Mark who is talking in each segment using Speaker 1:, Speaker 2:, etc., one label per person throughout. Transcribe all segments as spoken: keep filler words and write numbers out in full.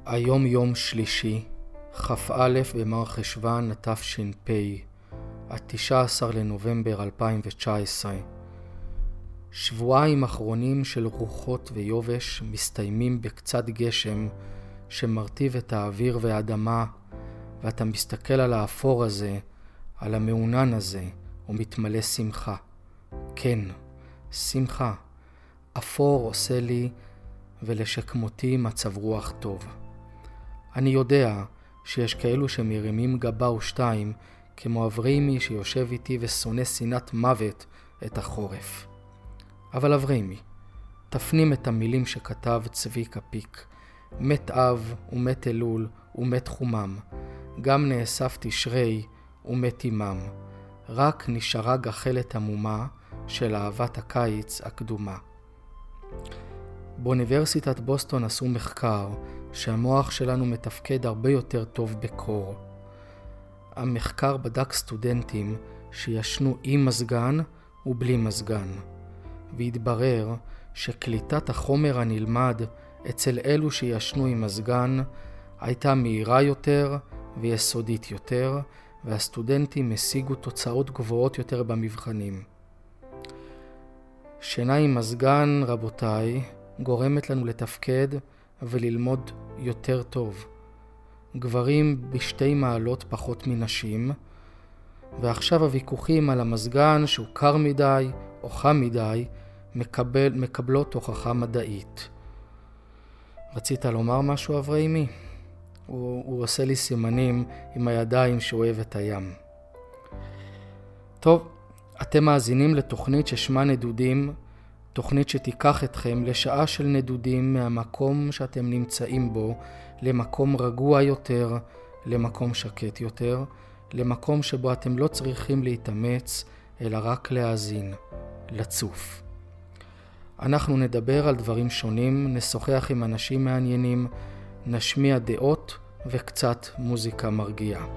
Speaker 1: היום יום שלישי, כ"א במר חשוון תש"פ, ה-תשעה עשר לנובמבר אלפיים תשע עשרה. שבועיים אחרונים של רוחות ויובש מסתיימים בקצת גשם שמרטיב את האוויר והאדמה, ואתה מסתכל על האפור הזה, על המעונן הזה, ומתמלא שמחה. כן, שמחה. אפור עושה לי ולשכמותי מצב רוח טוב. אני יודע שיש כאלו שמרימים גבה ושתיים, כמו אברהימי שיושב איתי ושונא שנאת מוות את החורף. אבל אברהימי, תפנים את המילים שכתב צביקה פיק. מת אב ומת אלול ומת חומם, גם נאסף תשרי ומת אימם. רק נשארה גחלת עמומה של אהבת הקיץ הקדומה. באוניברסיטת בוסטון עשו מחקר שהמוח שלנו מתפקד הרבה יותר טוב בקור. המחקר בדק סטודנטים שישנו עם מזגן ובלי מזגן, והתברר שקליטת החומר הנלמד אצל אלו שישנו עם מזגן הייתה מהירה יותר ויסודית יותר, והסטודנטים השיגו תוצאות גבוהות יותר במבחנים. שינה עם מזגן, רבותיי, גורמת לנו לתפקד וללמוד יותר טוב. גברים בשתי מעלות פחות מנשים, ועכשיו הוויכוחים על המזגן שהוא קר מדי או חם מדי מקבל, מקבלות הוכחה מדעית. רצית לומר משהו, אברהימי? הוא, הוא עושה לי סימנים עם הידיים שהוא אוהב את הים. טוב, אתם מאזינים לתוכנית ששמה נדודים, תוכנית שתיקח אתכם לשעה של נדודים מהמקום שאתם נמצאים בו, למקום רגוע יותר, למקום שקט יותר, למקום שבו אתם לא צריכים להתאמץ, אלא רק להאזין, לצוף. אנחנו נדבר על דברים שונים, נשוחח עם אנשים מעניינים, נשמיע דעות וקצת מוזיקה מרגיעה.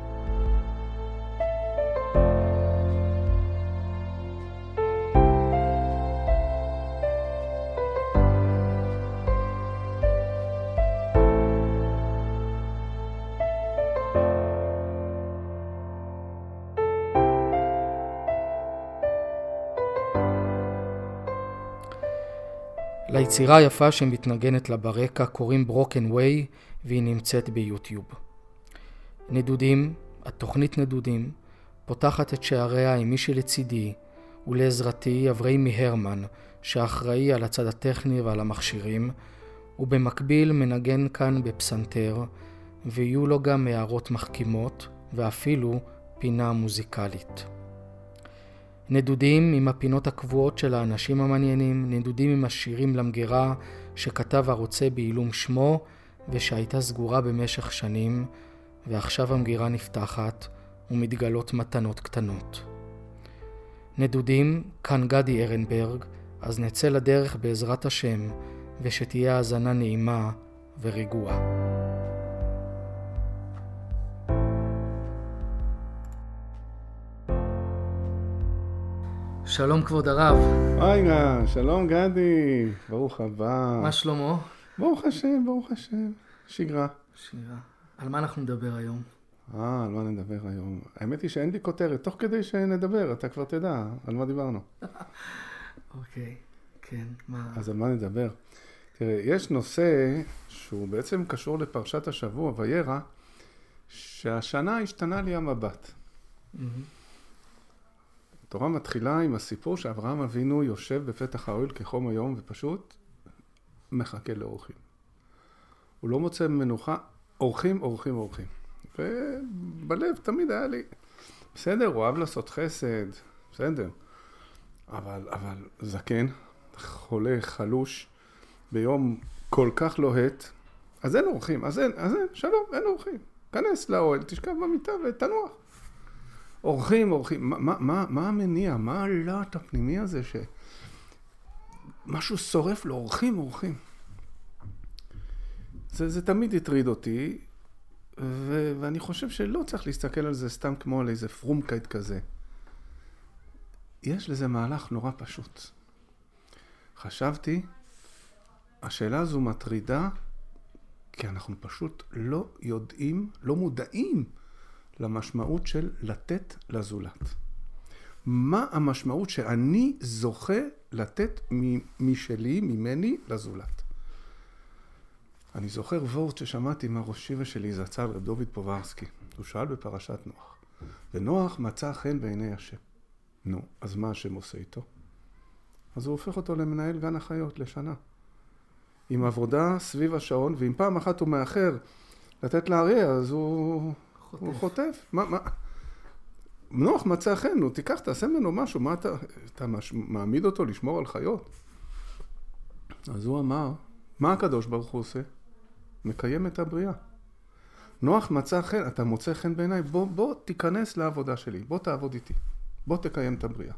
Speaker 1: ליצירה היפה שמתנגנת לה ברקע קוראים ברוקן ווי, והיא נמצאת ביוטיוב. נדודים, התוכנית נדודים, פותחת את שעריה עם מי שלצידי ולעזרתי אברהימי הרמן, שאחראי על הצד הטכני ועל המכשירים, ובמקביל מנגן כאן בפסנתר, ויהיו לו גם הערות מחכימות ואפילו פינה מוזיקלית. נדודים עם הפינות הקבועות של האנשים המעניינים, נדודים עם השירים למגירה שכתב הרוצה בעילום שמו ושהייתה סגורה במשך שנים, ועכשיו המגירה נפתחת ומתגלות מתנות קטנות. נדודים, כאן גדי ארנברג, אז נצא לדרך בעזרת השם, ושתהיה האזנה נעימה ורגועה. שלום כבוד הרב.
Speaker 2: רגע, שלום גדי, ברוך הבא.
Speaker 1: מה שלמה?
Speaker 2: ברוך השם, ברוך השם. שגרה.
Speaker 1: שגרה. על מה אנחנו נדבר היום?
Speaker 2: אה, על מה נדבר היום? האמת היא שאין לי כותרת, תוך כדי שנדבר, אתה כבר תדע על מה דיברנו.
Speaker 1: אוקיי, כן, מה?
Speaker 2: אז על מה נדבר? תראה, יש נושא שהוא בעצם קשור לפרשת השבוע, וירא, שהשנה השתנה לי המבט. התורה מתחילה עם הסיפור שאברהם אבינו יושב בפתח האוהל כחום היום ופשוט מחכה לאורחים. הוא לא מוצא מנוחה, אורחים, אורחים, אורחים. ובלב תמיד היה לי, בסדר, הוא אוהב לעשות חסד, בסדר. אבל, אבל זקן, חולה, חלוש, ביום כל כך לוהט, אז אין אורחים, אז אין, אז אין, שלום, אין אורחים. כנס לאוהל, תשכב במיטה ותנוח. אורחים, אורחים, מה, מה, מה המניע? מה הלהט הפנימי הזה שמשהו שורף לו, אורחים, אורחים? זה, זה תמיד הטריד אותי, ו, ואני חושב שלא צריך להסתכל על זה סתם כמו על איזה פרומקייט כזה. יש לזה מהלך נורא פשוט. חשבתי, השאלה הזו מטרידה כי אנחנו פשוט לא יודעים, לא מודעים למשמעות של לתת לזולת. מה המשמעות שאני זוכה לתת משלי, ממני, לזולת? אני זוכר וורט ששמעתי מהראש ישיבה שלי, זצ"ל רב דוד פוברסקי. הוא שאל בפרשת נוח. ונוח מצא חן בעיני השם. נו, אז מה השם עושה איתו? אז הוא הופך אותו למנהל גן החיות לשנה. עם עבודה סביב השעון, ואם פעם אחת הוא מאחר לתת לאריה, אז הוא חוטף. הוא חוטף. מה, מה? נוח מצא חן, נו, תיקח, תעשה ממנו משהו, מה אתה, אתה מש, מעמיד אותו לשמור על חיות? אז הוא אמר, מה הקדוש ברוך הוא עושה? מקיים את הבריאה. נוח מצא חן, אתה מוצא חן בעיניי, בוא, בוא תיכנס לעבודה שלי, בוא תעבוד איתי, בוא תקיים את הבריאה.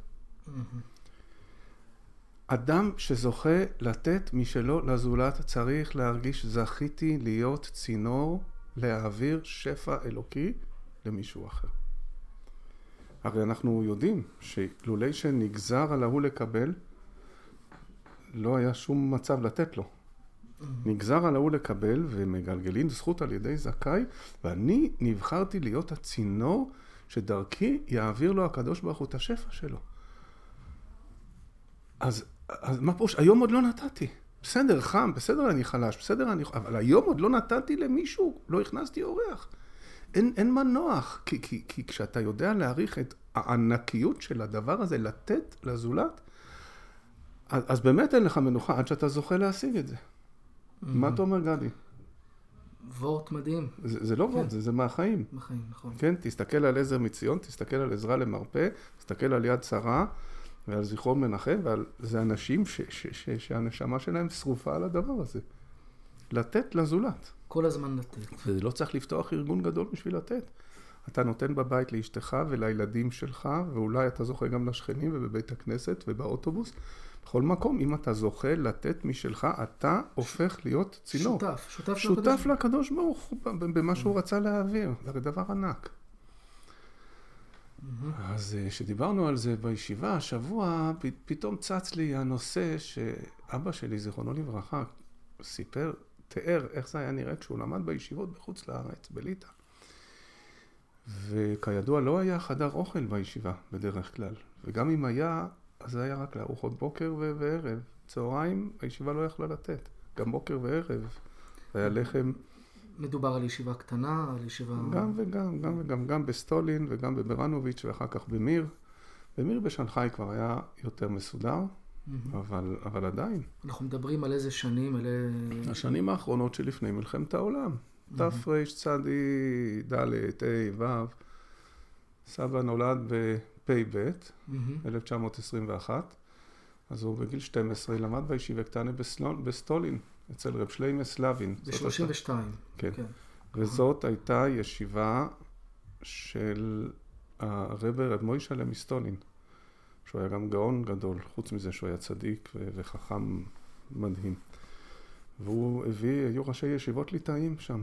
Speaker 2: אדם שזוכה לתת משלו לזולת צריך להרגיש זכיתי להיות צינור להעביר שפע אלוקי למישהו אחר. הרי אנחנו יודעים שלולי שנגזר על ההוא לקבל, לא היה שום מצב לתת לו. נגזר על ההוא לקבל ומגלגלים זכות על ידי זכאי, ואני נבחרתי להיות הצינור שדרכי יעביר לו הקדוש ברוך הוא את השפע שלו. אז, אז מה פרוש? היום עוד לא נתתי. בסדר, חם, בסדר אני חלש, בסדר אני... אבל היום עוד לא נתתי למישהו, לא הכנסתי אורח. אין, אין מנוח, כי, כי, כי כשאתה יודע להעריך את הענקיות של הדבר הזה, לתת לזולת, אז, אז באמת אין לך מנוחה עד שאתה זוכה להשיג את זה. Mm-hmm. מה אתה אומר, גדי?
Speaker 1: וורט מדהים.
Speaker 2: זה, זה לא
Speaker 1: כן.
Speaker 2: וורט, זה, זה מהחיים.
Speaker 1: מהחיים, נכון.
Speaker 2: כן, תסתכל על עזר מציון, תסתכל על עזרה למרפא, תסתכל על יד שרה, ועל זיכרון מנחם, ועל זה אנשים ש, ש, ש, שהנשמה שלהם שרופה על הדבר הזה. לתת לזולת.
Speaker 1: כל הזמן לתת.
Speaker 2: וזה לא צריך לפתוח ארגון גדול בשביל לתת. אתה נותן בבית לאשתך ולילדים שלך, ואולי אתה זוכה גם לשכנים ובבית הכנסת ובאוטובוס. בכל מקום, אם אתה זוכה לתת משלך, אתה הופך להיות צינור.
Speaker 1: שותף. שותף,
Speaker 2: שותף לקדוש ברוך הוא במה שהוא רצה להעביר. זה דבר ענק. אז כשדיברנו על זה בישיבה, השבוע פתאום צץ לי הנושא שאבא שלי, זיכרונו לברכה, סיפר, תיאר איך זה היה נראה כשהוא למד בישיבות בחוץ לארץ, בליטא. וכידוע לא היה חדר אוכל בישיבה בדרך כלל. וגם אם היה, אז זה היה רק לארוחות בוקר וערב. צהריים הישיבה לא יכלה לתת. גם בוקר וערב. היה לחם.
Speaker 1: מדובר על ישיבה קטנה, על ישיבה...
Speaker 2: גם וגם, גם וגם, גם בסטולין וגם בברנוביץ' ואחר כך במיר. במיר בשנגחאי כבר היה יותר מסודר, mm-hmm. אבל, אבל עדיין.
Speaker 1: אנחנו מדברים על איזה שנים, על...
Speaker 2: השנים האחרונות שלפני מלחמת העולם. mm-hmm. תפרש צדי, דלת, אי, וו. סבא נולד בפי בית, mm-hmm. אלף תשע מאות עשרים ואחת. אז הוא בגיל שתים עשרה למד בישיבה קטנה בסטולין. אצל רב שלמה סלבין.
Speaker 1: ב-שלושים ושתיים.
Speaker 2: כן. כן. וזאת הייתה ישיבה של הרב רב מוישה מסטולין, שהוא היה גם גאון גדול, חוץ מזה שהוא היה צדיק וחכם מדהים. והוא הביא, היו ראשי ישיבות ליטאים שם.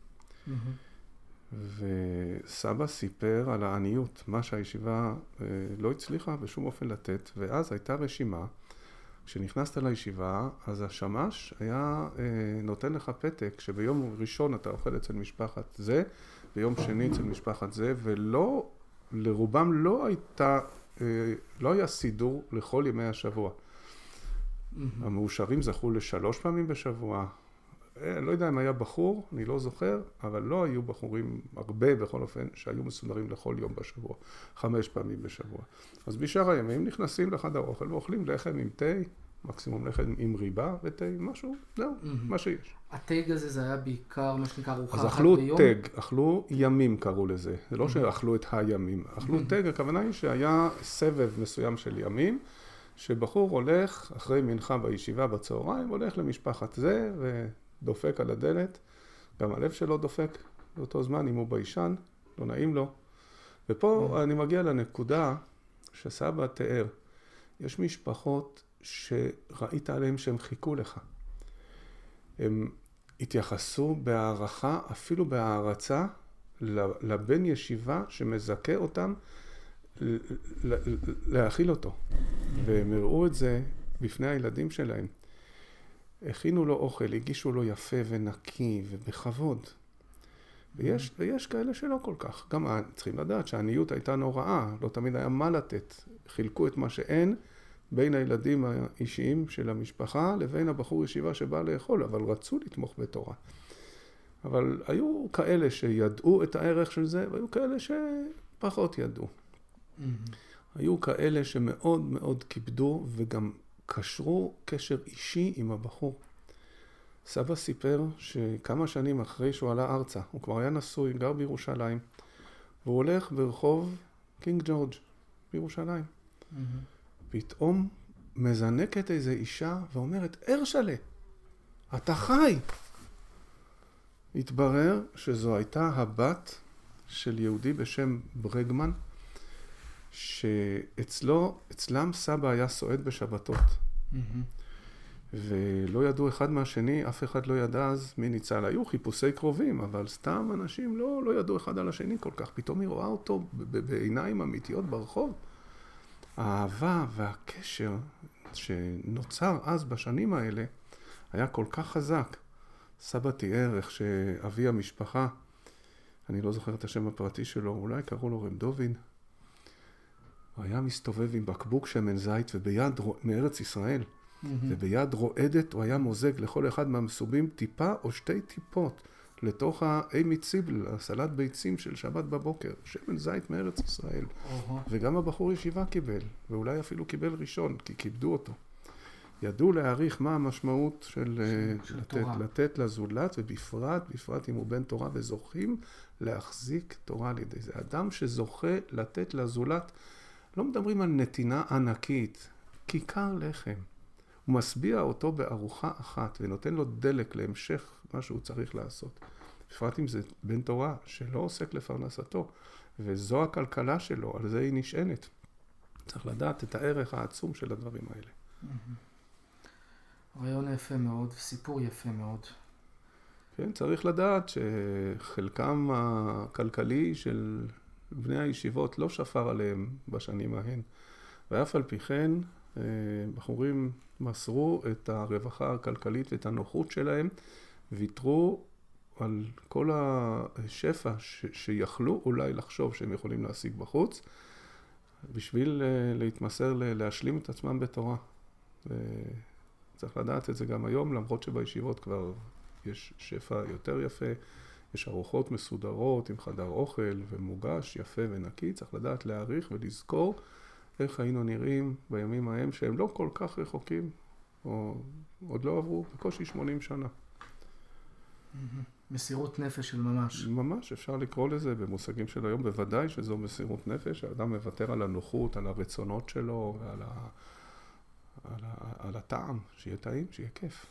Speaker 2: וסבא סיפר על העניות, מה שהישיבה לא הצליחה בשום אופן לתת, ואז הייתה רשימה, כשנכנסת לישיבה, אז השמש היה אה, נותן לך פתק, שביום ראשון אתה אוכל אצל משפחת זה, ביום שני אצל משפחת זה, ולא, לרובם לא הייתה, אה, לא היה סידור לכל ימי השבוע. Mm-hmm. המאושרים זכו לשלוש פעמים בשבוע. אה, לא יודע אם היה בחור, אני לא זוכר, אבל לא היו בחורים הרבה בכל אופן, שהיו מסודרים לכל יום בשבוע, חמש פעמים בשבוע. אז בשאר הימים נכנסים לחדר אוכל ואוכלים לחם עם תה, מקסימום לחם עם ריבה ותה, משהו, זהו, mm-hmm. מה שיש.
Speaker 1: התג הזה זה היה בעיקר מה שנקרא ארוחה
Speaker 2: אחת
Speaker 1: ביום?
Speaker 2: אז אכלו תג, אכלו ימים קראו לזה, זה לא mm-hmm. שאכלו את הימים, אכלו mm-hmm. תג, הכוונה היא שהיה סבב מסוים של ימים, שבחור הולך אחרי מנחה בישיבה בצהריים, הולך למשפחת זה ודופק על הדלת, גם הלב שלו דופק באותו זמן, אם הוא בישן, לא נעים לו. ופה mm-hmm. אני מגיע לנקודה שסבא תיאר, יש משפחות שראית עליהם שהם חיכו לך. הם התייחסו בהערכה, אפילו בהערצה, לבן ישיבה שמזכה אותם להאכיל אותו. והם הראו את זה בפני הילדים שלהם. הכינו לו אוכל, הגישו לו יפה ונקי ובכבוד. ויש, ויש כאלה שלא כל כך. גם צריכים לדעת שהעניות הייתה נוראה, לא תמיד היה מה לתת. חילקו את מה שאין בין הילדים האישיים של המשפחה לבין הבחור ישיבה שבא לאכול, אבל רצו לתמוך בתורה. אבל היו כאלה שידעו את הערך של זה, והיו כאלה שפחות ידעו. Mm-hmm. היו כאלה שמאוד מאוד כיבדו וגם קשרו קשר אישי עם הבחור. סבא סיפר שכמה שנים אחרי שהוא עלה ארצה, הוא כבר היה נשוי, גר בירושלים, והוא הולך ברחוב קינג ג'ורג' בירושלים. Mm-hmm. פתאום מזנקת איזו אישה ואומרת, הרשלה, אתה חי! התברר שזו הייתה הבת של יהודי בשם ברגמן, שאצלו, אצלם סבא היה סועד בשבתות. Mm-hmm. ולא ידעו אחד מהשני, אף אחד לא ידע אז מי ניצל. היו חיפושי קרובים, אבל סתם אנשים לא, לא ידעו אחד על השני כל כך. פתאום היא רואה אותו בעיניים אמיתיות ברחוב. האהבה והקשר שנוצר אז בשנים האלה היה כל כך חזק. סבא תיאר איך שאבי המשפחה, אני לא זוכר את השם הפרטי שלו, אולי קראו לו רב דוד, הוא היה מסתובב עם בקבוק שמן זית וביד מארץ ישראל, mm-hmm. וביד רועדת הוא היה מוזג לכל אחד מהמסובים טיפה או שתי טיפות לתוך האי מיציבל, הסלט ביצים של שבת בבוקר, שמן זית מארץ ישראל. Uh-huh. וגם הבחור ישיבה קיבל, ואולי אפילו קיבל ראשון, כי כיבדו אותו. ידעו להעריך מה המשמעות של, של לתת, לתת לזולת, ובפרט, בפרט אם הוא בן תורה, וזוכים להחזיק תורה על ידי זה. אדם שזוכה לתת לזולת, לא מדברים על נתינה ענקית, כיכר לחם. הוא מסביע אותו בארוחה אחת, ונותן לו דלק להמשך מה שהוא צריך לעשות. בפרט אם זה בן תורה שלא עוסק לפרנסתו, וזו הכלכלה שלו, על זה היא נשענת. צריך לדעת את הערך העצום של הדברים האלה.
Speaker 1: רעיון יפה מאוד, סיפור יפה מאוד.
Speaker 2: כן, צריך לדעת שחלקם הכלכלי של בני הישיבות לא שפר עליהם בשנים ההן. ואף על פי כן, בחורים מסרו את הרווחה הכלכלית ואת הנוחות שלהם, ויתרו על כל השפע ש- שיכלו אולי לחשוב שהם יכולים להשיג בחוץ, בשביל להתמסר, להשלים את עצמם בתורה. צריך לדעת את זה גם היום, למרות שבישיבות כבר יש שפע יותר יפה, יש ארוחות מסודרות עם חדר אוכל ומוגש יפה ונקי, צריך לדעת להעריך ולזכור איך היינו נראים בימים ההם שהם לא כל כך רחוקים, או עוד לא עברו בקושי שמונים שנה.
Speaker 1: מסירות נפש של ממש.
Speaker 2: ממש, אפשר לקרוא לזה במושגים של היום, בוודאי שזו מסירות נפש, האדם מוותר על הנוחות, על הרצונות שלו, ועל ה... על, ה... על הטעם, שיהיה טעים, שיהיה כיף.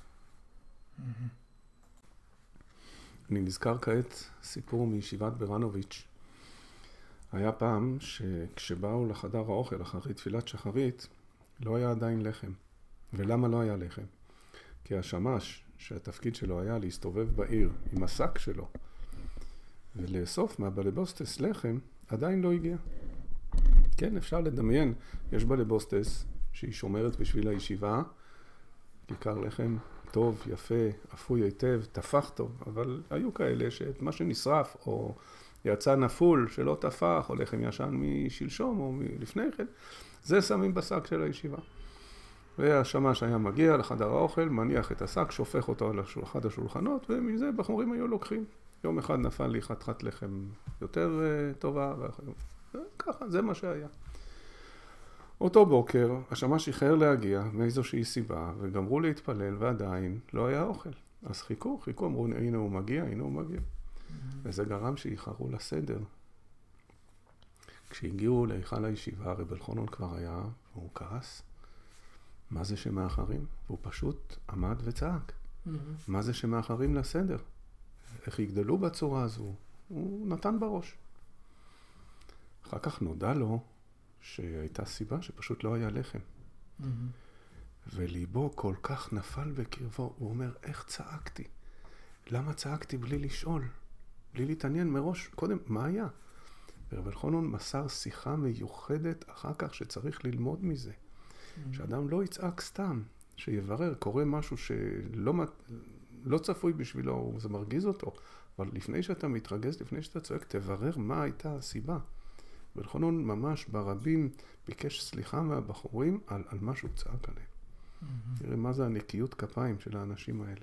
Speaker 2: אני נזכר כעת סיפור מישיבת ברנוביץ'. היה פעם שכשבאו לחדר האוכל אחרי תפילת שחרית, לא היה עדיין לחם. ולמה לא היה לחם? כי השמש, שהתפקיד שלו היה להסתובב בעיר עם השק שלו, ולאסוף מהבלבוסטס לחם, עדיין לא הגיע. כן, אפשר לדמיין, יש בלבוסטס שהיא שומרת בשביל הישיבה, כיכר לחם טוב, יפה, אפוי היטב, תפח טוב, אבל היו כאלה שאת מה שנשרף, או יצא נפול שלא תפח, או לחם ישן משלשום או מלפני כן, זה שמים בשק של הישיבה. והשמש היה מגיע לחדר האוכל, מניח את השק, שופך אותו על אחד השולחנות, ומזה בחורים היו לוקחים. יום אחד נפל לי חתיכת לחם יותר טובה, וככה, זה מה שהיה. אותו בוקר, השמש איחר להגיע מאיזושהי סיבה, וגמרו להתפלל, ועדיין לא היה אוכל. אז חיכו, חיכו, אמרו, הנה הוא מגיע, הנה הוא מגיע. וזה גרם שאיחרו לסדר. כשהגיעו להיכל הישיבה, רב אלחנון כבר היה, והוא כעס. מה זה שמאחרים? והוא פשוט עמד וצעק. Mm-hmm. מה זה שמאחרים לסדר? איך יגדלו בצורה הזו? הוא נתן בראש. אחר כך נודע לו שהייתה סיבה שפשוט לא היה לחם. Mm-hmm. וליבו כל כך נפל בקרבו, הוא אומר, איך צעקתי? למה צעקתי בלי לשאול? בלי להתעניין מראש, קודם, מה היה? ורב אלחנון מסר שיחה מיוחדת אחר כך שצריך ללמוד מזה. Mm-hmm. שאדם לא יצעק סתם, שיברר, קורה משהו שלא לא צפוי בשבילו, זה מרגיז אותו, אבל לפני שאתה מתרגז, לפני שאתה צועק, תברר מה הייתה הסיבה. ולכונון ממש ברבים ביקש סליחה מהבחורים על, על מה שהוא צעק עליהם. Mm-hmm. תראה מה זה הנקיות כפיים של האנשים האלה.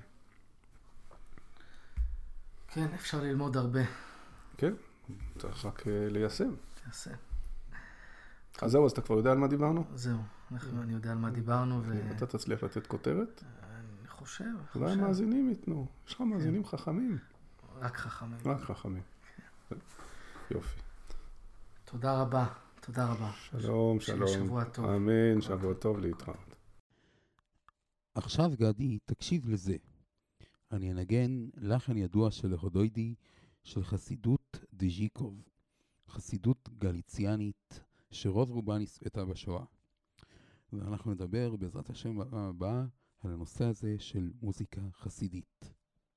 Speaker 1: כן, אפשר ללמוד הרבה.
Speaker 2: כן, צריך רק ליישם.
Speaker 1: ליישם.
Speaker 2: אז זהו, אז אתה כבר יודע על מה דיברנו?
Speaker 1: זהו, אנחנו, אני יודע על מה דיברנו. ו...
Speaker 2: אתה תצליח לתת כותרת?
Speaker 1: אני חושב, חושב.
Speaker 2: אולי המאזינים ייתנו. יש לך מאזינים חכמים.
Speaker 1: רק חכמים.
Speaker 2: רק חכמים. יופי.
Speaker 1: תודה רבה, תודה רבה.
Speaker 2: שלום, שלום.
Speaker 1: שבוע טוב.
Speaker 2: אמן, שבוע טוב, להתראות.
Speaker 3: עכשיו גדי, תקשיב לזה. אני אנגן לחן ידוע של הודוידי של חסידות דז'יקוב, חסידות גליציאנית שרוב רובה נספתה בשואה. ואנחנו נדבר בעזרת השם הבאה על הנושא הזה של מוזיקה חסידית.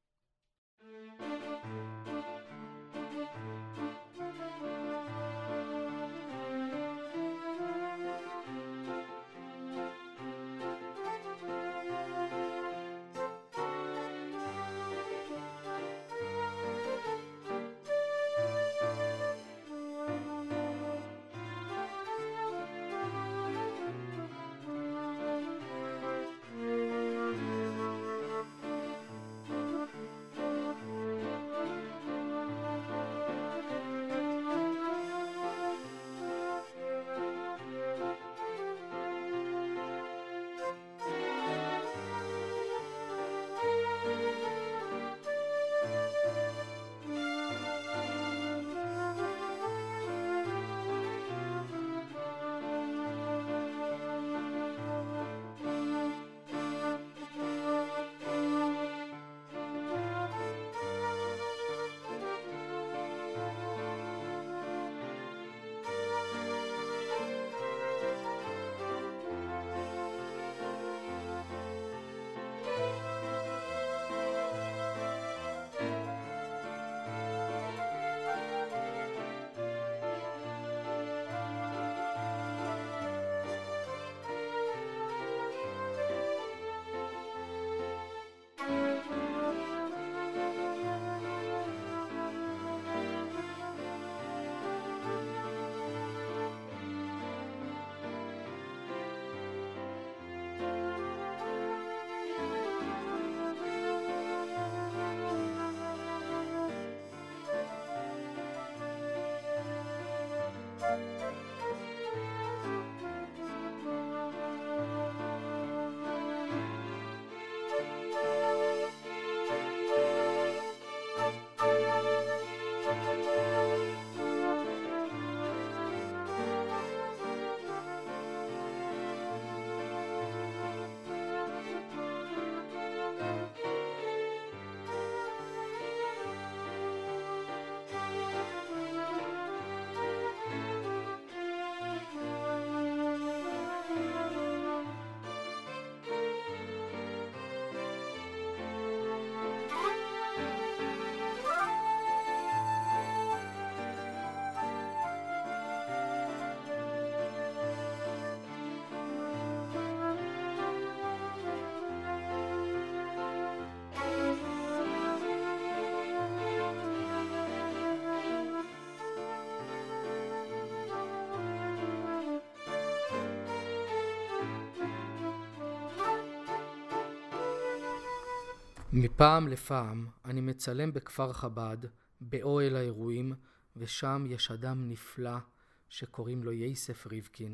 Speaker 1: מפעם לפעם אני מצלם בכפר חב"ד, באוהל האירועים, ושם יש אדם נפלא שקוראים לו יוסף ריבקין,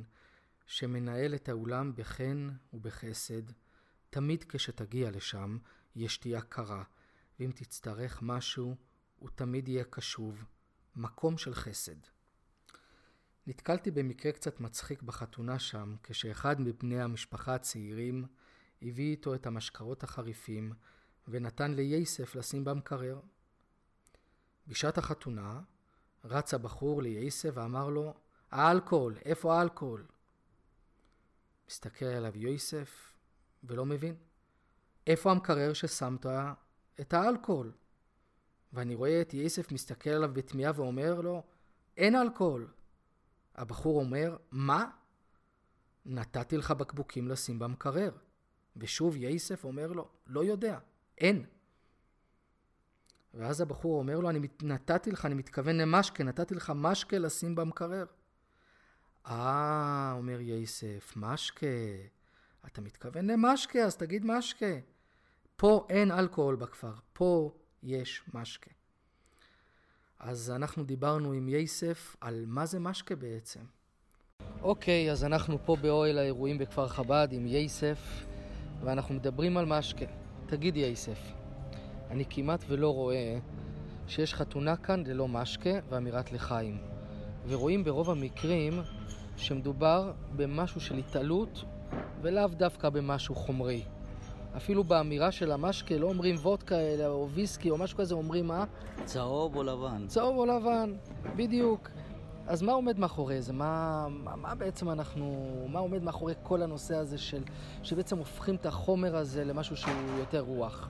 Speaker 1: שמנהל את האולם בחן ובחסד. תמיד כשתגיע לשם יש שתייה קרה, ואם תצטרך משהו הוא תמיד יהיה קשוב, מקום של חסד. נתקלתי במקרה קצת מצחיק בחתונה שם, כשאחד מבני המשפחה הצעירים הביא איתו את המשקאות החריפים, ונתן ליוסף לשים במקרר. בשעת החתונה רץ הבחור ליוסף ואמר לו, האלכוהול, איפה האלכוהול? מסתכל עליו יוסף ולא מבין. איפה המקרר ששמת את האלכוהול? ואני רואה את יוסף מסתכל עליו בתמיהה ואומר לו, אין אלכוהול. הבחור אומר, מה? נתתי לך בקבוקים לשים במקרר. ושוב יוסף אומר לו, לא יודע, אין. ואז הבחור אומר לו, אני נתתי לך, אני מתכוון למשקה, נתתי לך משקה לשים במקרר. אה, אומר יוסף, משקה, אתה מתכוון למשקה, אז תגיד משקה. פה אין אלכוהול בכפר, פה יש משקה. אז אנחנו דיברנו עם יוסף על מה זה משקה בעצם. אוקיי, אז אנחנו פה באוהל האירועים בכפר חב"ד עם יוסף, ואנחנו מדברים על משקה. תגיד יוסף, אני כמעט ולא רואה שיש חתונה כאן ללא משקה ואמירת לחיים. ורואים ברוב המקרים שמדובר במשהו של התעלות ולאו דווקא במשהו חומרי. אפילו באמירה של המשקה לא אומרים וודקה או ויסקי או משהו כזה, אומרים מה?
Speaker 4: צהוב או לבן.
Speaker 1: צהוב או לבן, בדיוק. אז מה עומד מאחורי זה? מה, מה, מה בעצם אנחנו, מה עומד מאחורי כל הנושא הזה של, שבעצם הופכים את החומר הזה למשהו שהוא יותר רוח?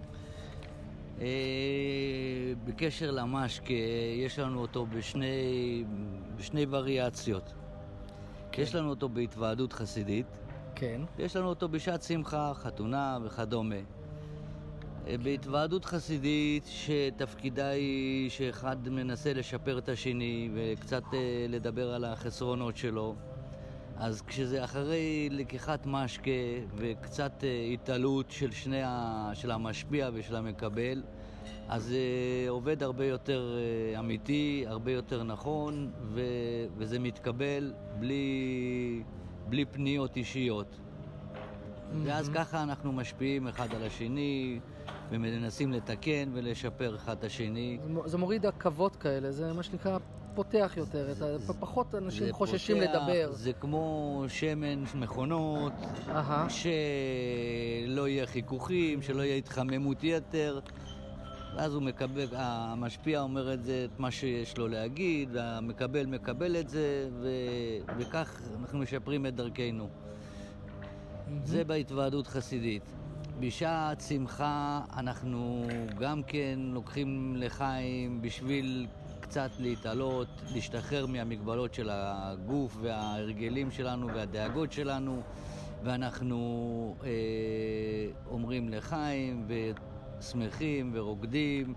Speaker 4: בקשר למשקה, יש לנו אותו בשני, בשני וריאציות. כן. יש לנו אותו בהתוועדות חסידית.
Speaker 1: כן.
Speaker 4: יש לנו אותו בשעת שמחה, חתונה וכדומה. כן. בהתוועדות חסידית שתפקידה היא שאחד מנסה לשפר את השני וקצת לדבר על החסרונות שלו. אז כשזה אחרי לקיחת משקה וקצת התעלות של שני ה... של המשפיע ושל המקבל, אז זה עובד הרבה יותר אמיתי, הרבה יותר נכון, ו... וזה מתקבל בלי, בלי פניות אישיות. Mm-hmm. ואז ככה אנחנו משפיעים אחד על השני, ומנסים לתקן ולשפר אחד את השני.
Speaker 1: זה מוריד עכבות כאלה, זה מה שנקרא פותח יותר, את ה... פחות אנשים חוששים פותח, לדבר.
Speaker 4: זה כמו שמן מכונות,
Speaker 1: Aha.
Speaker 4: שלא יהיה חיכוכים, שלא יהיה התחממות יתר. ואז הוא מקבל, המשפיע אומר את זה, את מה שיש לו להגיד, והמקבל מקבל את זה, ו... וכך אנחנו משפרים את דרכנו. Mm-hmm. זה בהתוועדות חסידית. בשעת שמחה אנחנו גם כן לוקחים לחיים בשביל קצת להתעלות, להשתחרר מהמגבלות של הגוף וההרגלים שלנו והדאגות שלנו, ואנחנו אה, אומרים לחיים ושמחים ורוקדים.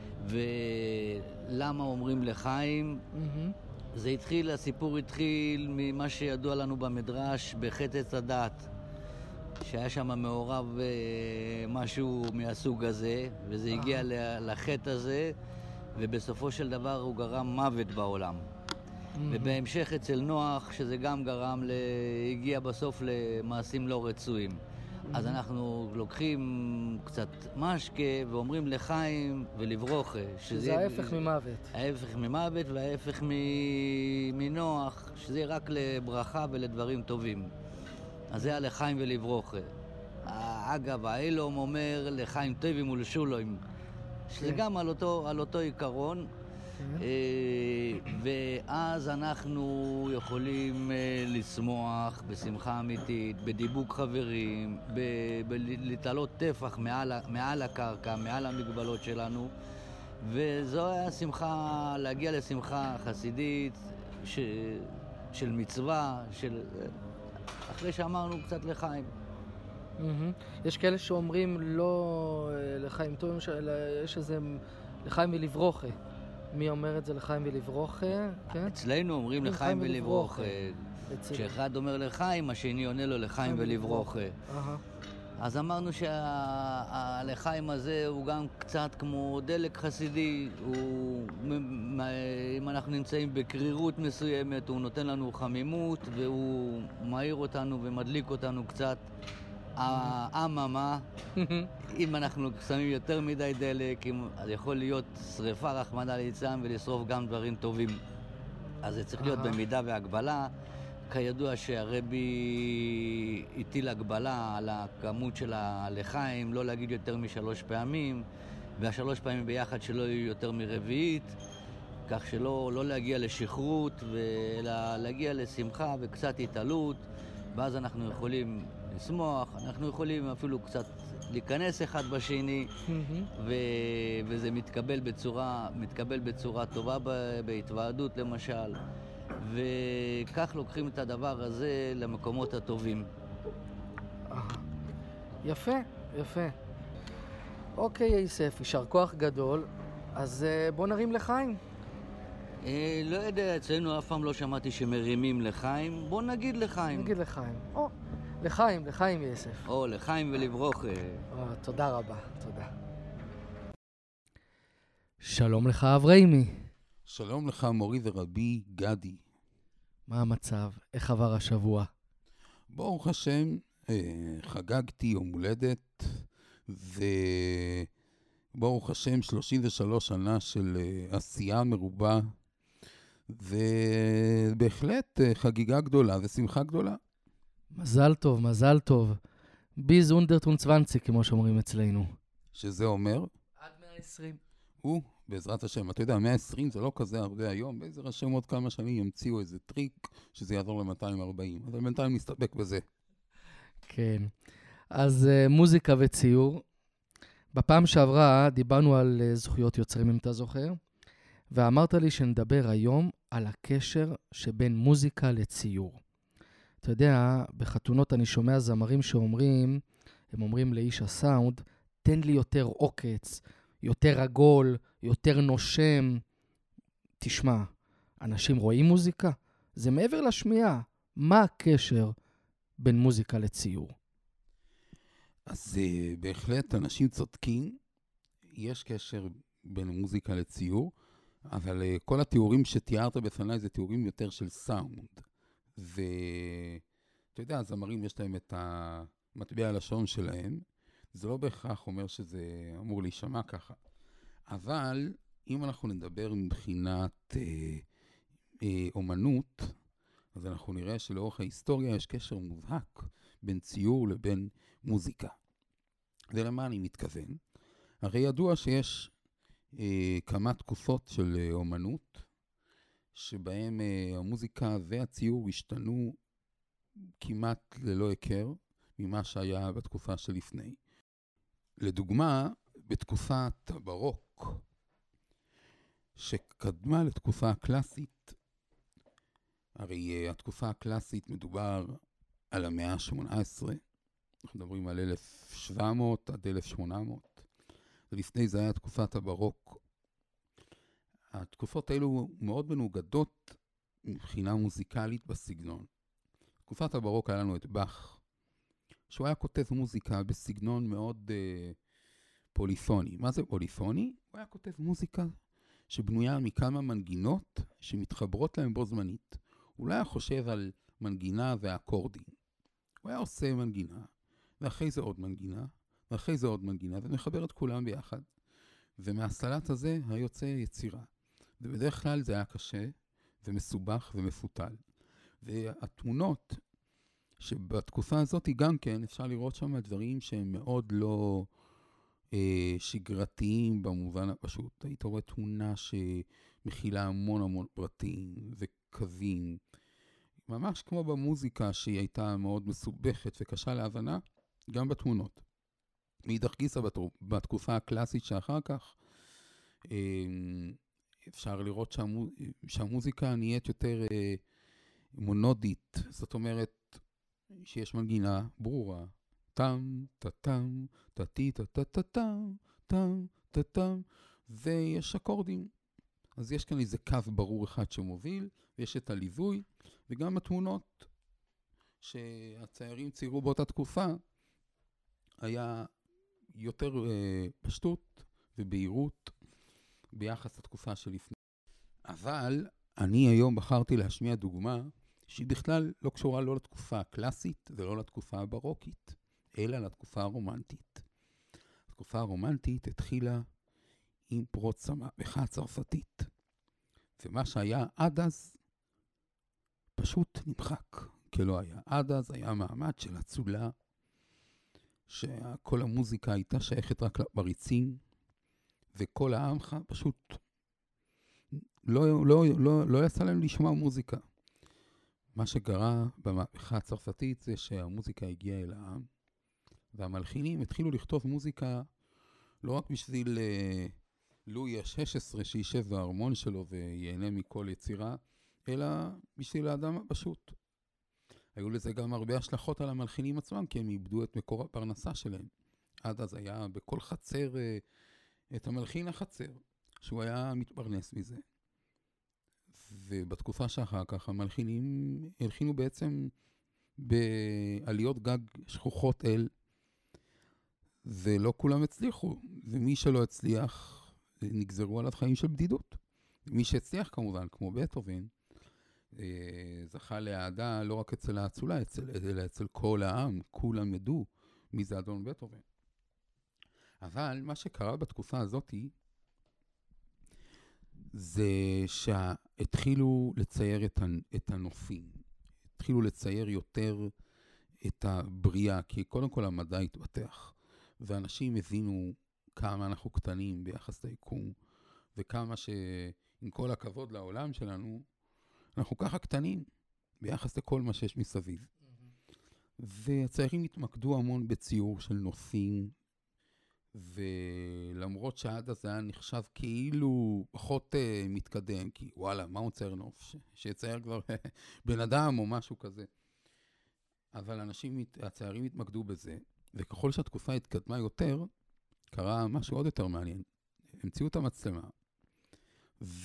Speaker 4: ולמה אומרים לחיים? Mm-hmm. זה התחיל, הסיפור התחיל ממה שידוע לנו במדרש בחטא הדת, שהיה שם מעורב אה, משהו מהסוג הזה, וזה אה. הגיע לחטא הזה, ובסופו של דבר הוא גרם מוות בעולם. Mm-hmm. ובהמשך אצל נוח, שזה גם גרם, ל... הגיע בסוף למעשים לא רצויים. Mm-hmm. אז אנחנו לוקחים קצת משקה ואומרים לחיים ולברוכה.
Speaker 1: שזה ההפך זה... ממוות.
Speaker 4: ההפך ממוות וההפך מ... מנוח, שזה רק לברכה ולדברים טובים. אז זה היה לחיים ולברוכה. אגב, האלום אומר לחיים טובים ולשולוים. שזה גם על אותו, על אותו עיקרון, ואז אנחנו יכולים לשמוח בשמחה אמיתית, בדיבוק חברים, להתעלות טפח מעל, מעל הקרקע, מעל המגבלות שלנו, וזו היה שמחה, להגיע לשמחה חסידית ש, של מצווה, של, אחרי שאמרנו קצת לחיים.
Speaker 1: Mm-hmm. יש כאלה שאומרים לא לחיים טובים, יש איזה לחיים ולברוכה. מי אומר את זה לחיים ולברוכה? כן?
Speaker 4: אצלנו אומרים לחיים ולברוכה. כשאחד אומר לחיים, השני עונה לו לחיים ולברוכה. אז אמרנו שהלחיים הזה הוא גם קצת כמו דלק חסידי. הוא, אם אנחנו נמצאים בקרירות מסוימת, הוא נותן לנו חמימות והוא מאיר אותנו ומדליק אותנו קצת. האממה, אם אנחנו שמים יותר מדי דלק, זה יכול להיות שריפה רחמנא ליצלן ולשרוף גם דברים טובים. אז זה צריך להיות במידה והגבלה. כידוע שהרבי הטיל הגבלה על הכמות של הלחיים, לא להגיד יותר משלוש פעמים, והשלוש פעמים ביחד שלא יהיו יותר מרביעית, כך שלא לא להגיע לשכרות, אלא להגיע לשמחה וקצת התעלות, ואז אנחנו יכולים לשמוח, אנחנו יכולים אפילו קצת להיכנס אחד בשני, ו... וזה מתקבל בצורה, מתקבל בצורה טובה בהתוועדות למשל, וכך לוקחים את הדבר הזה למקומות הטובים.
Speaker 1: יפה, יפה. אוקיי, יוסף, יישר כוח גדול. אז uh, בוא נרים לחיים.
Speaker 4: אה, לא יודע, אצלנו אף פעם לא שמעתי שמרימים לחיים. בוא נגיד לחיים.
Speaker 1: נגיד לחיים. או, לחיים, לחיים יוסף.
Speaker 4: או, לחיים ולברוך.
Speaker 1: או, תודה רבה, תודה. שלום לך, אברהימי.
Speaker 3: שלום לך, מורי ורבי גדי.
Speaker 1: מה המצב? איך עבר השבוע?
Speaker 3: ברוך השם, אה, חגגתי יום הולדת, וברוך השם, שלושים ושלוש שנה של אה, עשייה מרובה, ובהחלט אה, חגיגה גדולה ושמחה גדולה.
Speaker 1: מזל טוב, מזל טוב. ביז אונדרטון צוונצי, כמו שאומרים אצלנו.
Speaker 3: שזה אומר?
Speaker 1: עד מאה ועשרים.
Speaker 3: הוא, בעזרת השם, אתה יודע, מאה ועשרים זה לא כזה הרבה היום, בעזרת השם עוד כמה שנים ימציאו איזה טריק שזה יעזור ל-מאתיים וארבעים, אבל בינתיים נסתפק בזה.
Speaker 1: כן. אז uh, מוזיקה וציור. בפעם שעברה דיברנו על uh, זכויות יוצרים, אם אתה זוכר, ואמרת לי שנדבר היום על הקשר שבין מוזיקה לציור. אתה יודע, בחתונות אני שומע זמרים שאומרים, הם אומרים לאיש הסאונד, תן לי יותר עוקץ, יותר עגול, יותר נושם. תשמע, אנשים רואים מוזיקה? זה מעבר לשמיעה. מה הקשר בין מוזיקה לציור?
Speaker 3: אז uh, בהחלט אנשים צודקים, יש קשר בין מוזיקה לציור, אבל uh, כל התיאורים שתיארת בפניי זה תיאורים יותר של סאונד. ואתה יודע, הזמרים יש להם את המטבע הלשון שלהם, זה לא בהכרח אומר שזה אמור להישמע ככה. אבל אם אנחנו נדבר מבחינת אה, אה, אומנות, אז אנחנו נראה שלאורך ההיסטוריה יש קשר מובהק בין ציור לבין מוזיקה. ולמה אני מתכוון? הרי ידוע שיש אה, כמה תקופות של אה, אומנות, שבהם אה, המוזיקה והציור השתנו כמעט ללא היכר ממה שהיה בתקופה שלפני. לדוגמה, בתקופת הברוק, שקדמה לתקופה הקלאסית, הרי התקופה הקלאסית מדובר על המאה ה-שמונה עשרה, אנחנו מדברים על אלף שבע מאות עד אלף שמונה מאות, ולפני זה היה תקופת הברוק. התקופות האלו מאוד מנוגדות מבחינה מוזיקלית בסגנון. תקופת הברוק היה לנו את באך, שהוא היה כותב מוזיקה בסגנון מאוד uh, פוליפוני. מה זה פוליפוני? הוא היה כותב מוזיקה שבנויה מכמה מנגינות שמתחברות להם בו זמנית. הוא לא היה חושב על מנגינה ואקורדים. הוא היה עושה מנגינה, ואחרי זה עוד מנגינה, ואחרי זה עוד מנגינה, ומחבר את כולם ביחד. ומהסלט הזה היוצא יצירה. ובדרך כלל זה היה קשה ומסובך ומפותל. והתמונות שבתקופה הזאת גם כן אפשר לראות שם דברים שהם מאוד לא אה, שגרתיים במובן הפשוט. היית רואה תמונה שמכילה המון המון פרטים וקווים, ממש כמו במוזיקה שהיא הייתה מאוד מסובכת וקשה להבנה, גם בתמונות. מאידך גיסא בתקופה הקלאסית שאחר כך, אה, אפשר לראות שהמו, שהמוזיקה נהיית יותר אה, מונודית, זאת אומרת, שיש מנגינה ברורה, טם, טטם, טטי, טטטטם, טם, טטם, ויש אקורדים. אז יש כאן איזה קו ברור אחד שמוביל, ויש את הליווי, וגם התמונות שהציירים ציירו באותה תקופה, היה יותר אה, פשטות ובהירות ביחס לתקופה שלפני. אבל אני היום בחרתי להשמיע דוגמה, שהיא בכלל לא קשורה לא לתקופה הקלאסית ולא לתקופה הברוקית, אלא לתקופה הרומנטית. התקופה הרומנטית התחילה עם פרוץ המהפכה הצרפתית. ומה שהיה עד אז פשוט נמחק כלא היה. עד אז היה מעמד של אצולה, שכל המוזיקה הייתה שייכת רק לבריצים, וכל העמך פשוט לא, לא, לא, לא יצא להם לשמוע מוזיקה. מה שקרה במהפכה הצרפתית זה שהמוזיקה הגיעה אל העם, והמלחינים התחילו לכתוב מוזיקה לא רק בשביל אה, לואי ה-שש עשרה שישב בארמון שלו וייהנה מכל יצירה, אלא בשביל האדם הפשוט. היו לזה גם הרבה השלכות על המלחינים עצמם, כי הם איבדו את מקור הפרנסה שלהם. עד אז היה בכל חצר את המלחין החצר, שהוא היה מתפרנס מזה. ובתקופה שאחר כך המלחינים הלחינו בעצם בעליות גג שכוחות אל, ולא כולם הצליחו. ומי שלא הצליח, נגזרו עליו חיים של בדידות. מי שהצליח כמובן, כמו בטהובן, זכה להעדה לא רק אצל האצולה, אלא אצל כל העם, כולם ידעו מי זה אדון בטהובן. אבל מה שקרה בתקופה הזאת, זה שהתחילו לצייר את הנופים, התחילו לצייר יותר את הבריאה, כי קודם כל המדע התפתח, ואנשים הבינו כמה אנחנו קטנים ביחס ליקום, וכמה שעם כל הכבוד לעולם שלנו, אנחנו ככה קטנים ביחס לכל מה שיש מסביב. Mm-hmm. והציירים התמקדו המון בציור של נופים, ולמרות שעד אז היה נחשב כאילו פחות uh, מתקדם, כי וואלה, מה הוא צייר נוף? ש- שיצייר כבר בן אדם או משהו כזה. אבל אנשים, הציירים התמקדו בזה, וככל שהתקופה התקדמה יותר, קרה משהו עוד יותר מעניין. המציאו את המצלמה, ו...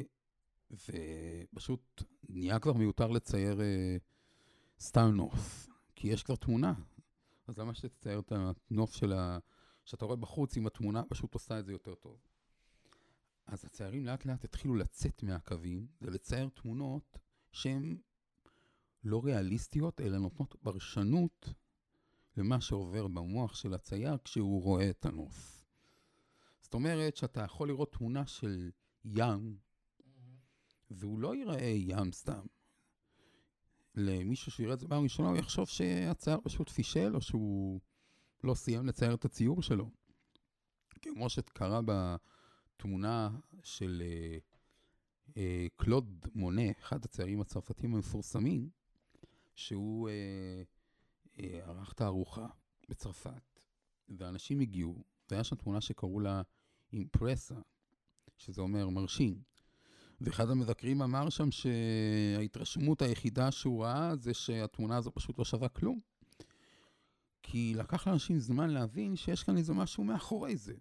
Speaker 3: ופשוט נהיה כבר מיותר לצייר uh, סתם נוף, כי יש כבר תמונה. אז למה שתצייר את הנוף של ה... שאתה רואה בחוץ עם התמונה, פשוט עושה את זה יותר טוב. אז הציירים לאט לאט התחילו לצאת מהקווים, ולצייר תמונות שהן לא ריאליסטיות, אלא נותנות פרשנות למה שעובר במוח של הצייר כשהוא רואה את הנוף. זאת אומרת שאתה יכול לראות תמונה של ים, והוא לא ייראה ים סתם. למישהו שיראה את זה פעם ראשונה, הוא יחשוב שהצייר פשוט פישל, או שהוא לא סיים לצייר את הציור שלו. כמו שקרה בתמונה של אה, אה, קלוד מונה, אחד הציירים הצרפתים המפורסמים, שהוא אה, אה, ערך תערוכה בצרפת, ואנשים הגיעו, והיה שם תמונה שקראו לה אימפרסה, שזה אומר מרשים. ואחד המבקרים אמר שם שההתרשמות היחידה שהוא ראה זה שהתמונה הזו פשוט לא שווה כלום. כי לקח לאנשים זמן להבין שיש כאן איזה משהו מאחורי זה.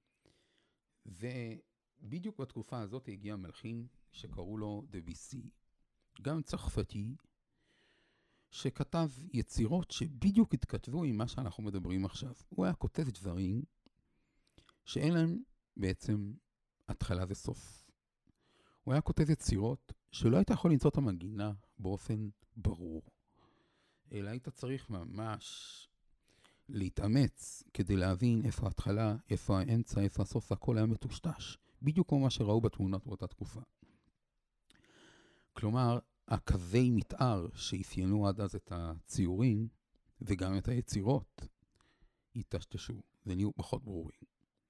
Speaker 3: ובדיוק בתקופה הזאת הגיע מלחין שקראו לו דביסי, גם צרפתי, שכתב יצירות שבדיוק התכתבו עם מה שאנחנו מדברים עכשיו. הוא היה כותב דברים שאין להם בעצם התחלה וסוף. הוא היה כותב יצירות שלא היית יכול למצוא את המגינה באופן ברור, אלא היית צריך ממש להתאמץ כדי להבין איפה ההתחלה, איפה האמצע, איפה הסוף, הכל היה מטושטש. בדיוק כמו מה שראו בתמונות באותה תקופה. כלומר, הקווי מתאר שאפיינו עד אז את הציורים, וגם את היצירות, התשתשו, ונהיו פחות ברורים.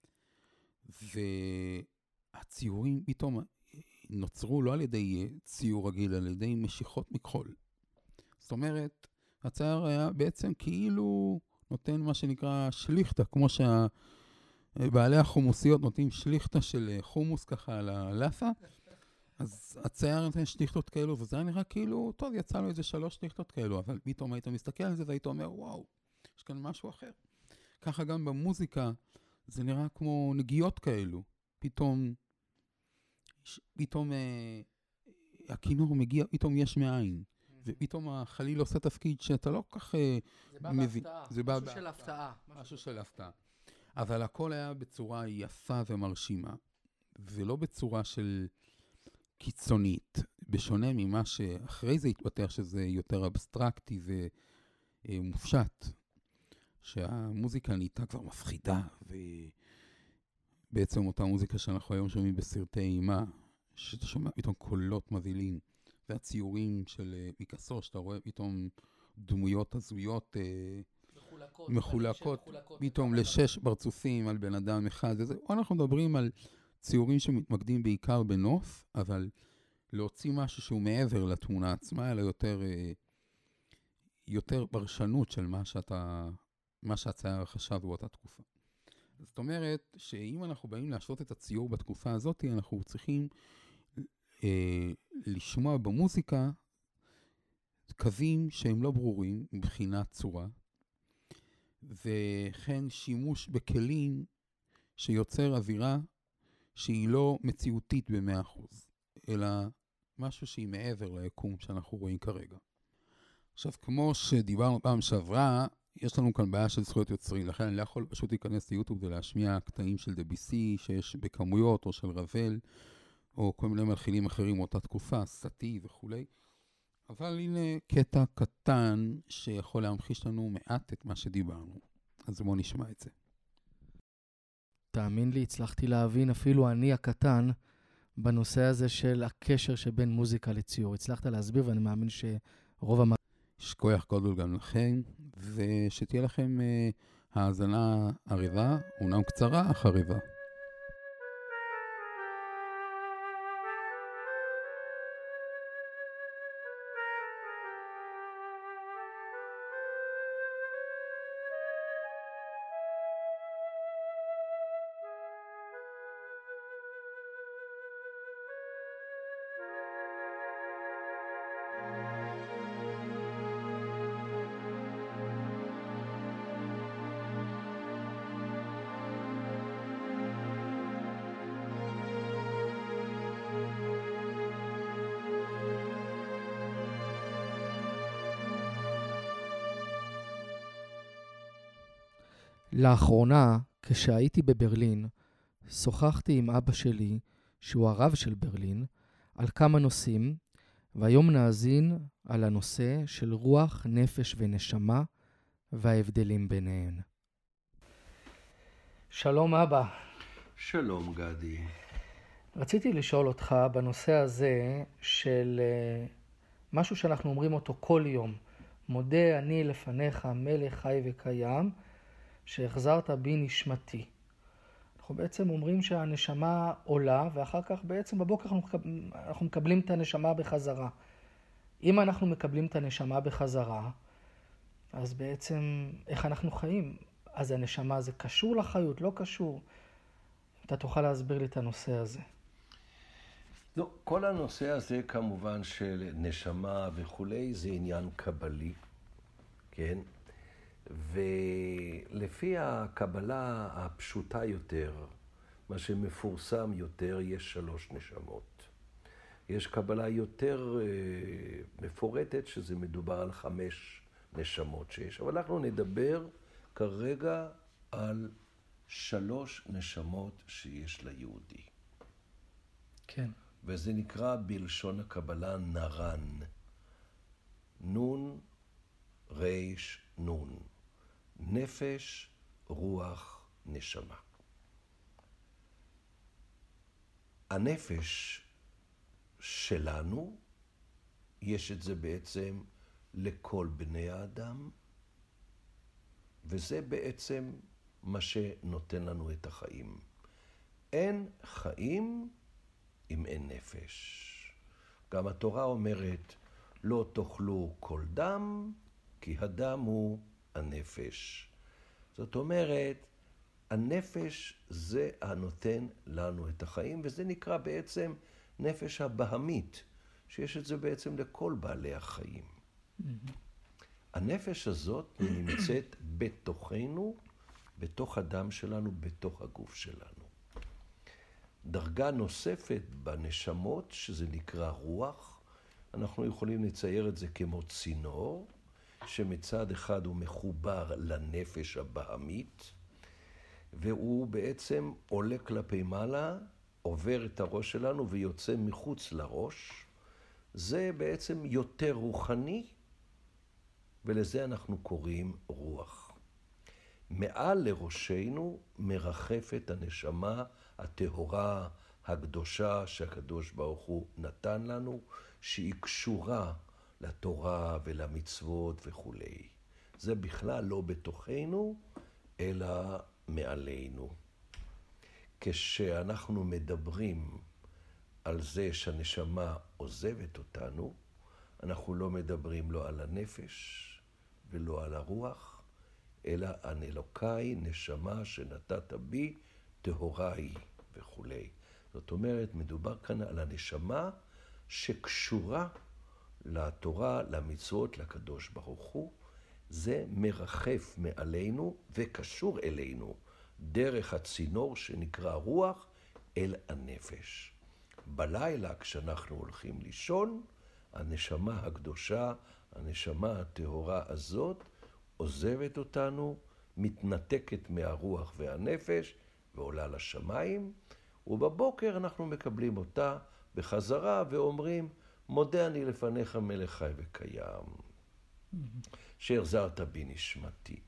Speaker 3: והציורים פתאום נוצרו לא על ידי ציור רגיל, על ידי משיכות מכחול. זאת אומרת, הצייר היה בעצם כאילו נותן מה שנקרא שליחתה, כמו שבעלי החומוסיות נותנים שליחתה של חומוס ככה על הלאפה, אז הצייר נותן שליחתות כאלו, וזה היה נראה כאילו, טוב, יצא לו איזה שלוש שליחתות כאלו, אבל פתאום היית מסתכל על זה והיית אומר, וואו, יש כאן משהו אחר. ככה גם במוזיקה, זה נראה כמו נגיעות כאלו. פתאום, פתאום אה, הכינור מגיע, פתאום יש מאין. ופתאום החליל עושה תפקיד שאתה לא כך
Speaker 1: מבין. זה בא בהפתעה. משהו של הפתעה.
Speaker 3: משהו של הפתעה. אבל הכל היה בצורה יפה ומרשימה, ולא בצורה של קיצונית, בשונה ממה שאחרי זה התפתח שזה יותר אבסטרקטי ומופשט, שהמוזיקה נהייתה כבר מפחידה, ובעצם אותה מוזיקה שאנחנו היום שומעים בסרטי אימה, שאתה שומע פתאום קולות מבהילים, והציורים של פיקאסו, שאתה רואה פתאום דמויות הזויות מחולקות, מחולקות, מחולקות פתאום לשש פרצופים על בן אדם אחד. וזה, אנחנו מדברים על ציורים שמתמקדים בעיקר בנוף, אבל להוציא משהו שהוא מעבר לתמונה עצמה, אלא יותר, יותר פרשנות של מה שאתה, מה שהצייר חשב באותה תקופה. זאת אומרת שאם אנחנו באים להשוות את הציור בתקופה הזאת, אנחנו צריכים לשמוע במוזיקה קווים שהם לא ברורים מבחינת צורה, וכן שימוש בכלים שיוצר אווירה שהיא לא מציאותית ב-מאה אחוז, אלא משהו שהיא מעבר ליקום שאנחנו רואים כרגע. עכשיו, כמו שדיברנו פעם שעברה, יש לנו כאן בעיה של זכויות יוצרים, לכן אני לא יכול פשוט להיכנס ליוטיוב ולהשמיע קטעים של דביסי שיש בכמויות, או של רבל, או כל מיני מלחינים אחרים מאותה תקופה, סטי וכו'. אבל הנה קטע קטן שיכול להמחיש לנו מעט את מה שדיברנו. אז בואו נשמע את זה.
Speaker 1: תאמין לי, הצלחתי להבין אפילו אני הקטן בנושא הזה של הקשר שבין מוזיקה לציור. הצלחת להסביר ואני מאמין שרוב המ...
Speaker 3: שכוח גדול גם לכם, ושתהיה לכם אה, האזנה ערבה, אומנם קצרה, אך ערבה.
Speaker 1: לאחרונה, כשהייתי בברלין, שוחחתי עם אבא שלי, שהוא הרב של ברלין, על כמה נושאים, והיום נאזין על הנושא של רוח, נפש ונשמה וההבדלים ביניהן. שלום אבא.
Speaker 5: שלום גדי.
Speaker 1: רציתי לשאול אותך בנושא הזה של משהו שאנחנו אומרים אותו כל יום. מודה אני לפניך מלך חי וקיים, שהחזרת בי נשמתי. אנחנו בעצם אומרים שהנשמה עולה, ואחר כך בעצם בבוקר אנחנו מקבלים את הנשמה בחזרה. אם אנחנו מקבלים את הנשמה בחזרה, אז בעצם איך אנחנו חיים? אז הנשמה זה קשור לחיות, לא קשור. אתה תוכל להסביר לי את הנושא הזה.
Speaker 5: לא, כל הנושא הזה כמובן של נשמה וכולי, זה עניין קבלי, כן? ולפי הקבלה הפשוטה יותר, מה שמפורסם יותר, יש שלוש נשמות. יש קבלה יותר אה, מפורטת, שזה מדובר על חמש נשמות שיש. אבל אנחנו נדבר כרגע על שלוש נשמות שיש ליהודי.
Speaker 1: כן.
Speaker 5: וזה נקרא בלשון הקבלה נרן. נון, ריש, נון. נפש, רוח, נשמה. הנפש שלנו, יש את זה בעצם לכל בני האדם, וזה בעצם מה שנותן לנו את החיים. אין חיים אם אין נפש. גם התורה אומרת, לא תאכלו כל דם, כי הדם הוא הנפש. זאת אומרת, הנפש זה הנותן לנו את החיים, וזה נקרא בעצם נפש הבהמית, שיש את זה בעצם לכל בעלי החיים. Mm-hmm. הנפש הזאת נמצאת בתוכנו, בתוך הדם שלנו, בתוך הגוף שלנו. דרגה נוספת בנשמות, שזה נקרא רוח, אנחנו יכולים לצייר את זה כמו צינור, שמצד אחד הוא מחובר לנפש הבהמית, והוא בעצם עולה כלפי מעלה, עובר את הראש שלנו ויוצא מחוץ לראש. זה בעצם יותר רוחני, ולזה אנחנו קוראים רוח. מעל לראשנו מרחפת הנשמה הטהורה הקדושה שהקדוש ברוך הוא נתן לנו, שהיא קשורה לתורה ולמצוות וכו'. זה בכלל לא בתוכנו, אלא מעלינו. כשאנחנו מדברים על זה שהנשמה עוזבת אותנו, אנחנו לא מדברים לא על הנפש ולא על הרוח, אלא על אלוקיי, נשמה שנתת בי, טהורה היא וכו'. זאת אומרת, מדובר כאן על הנשמה שקשורה לתורה, למצוות, לקדוש ברוך הוא. זה מרחף מעלינו וקשור אלינו דרך הצינור שנקרא רוח אל הנפש. בלילה כשאנחנו הולכים לישון, הנשמה הקדושה, הנשמה הטהורה הזאת, עוזבת אותנו, מתנתקת מהרוח והנפש ועולה לשמיים, ובבוקר אנחנו מקבלים אותה בחזרה ואומרים, מודה אני לפניך מלך חי וקיים, שהחזרת בי נשמתי.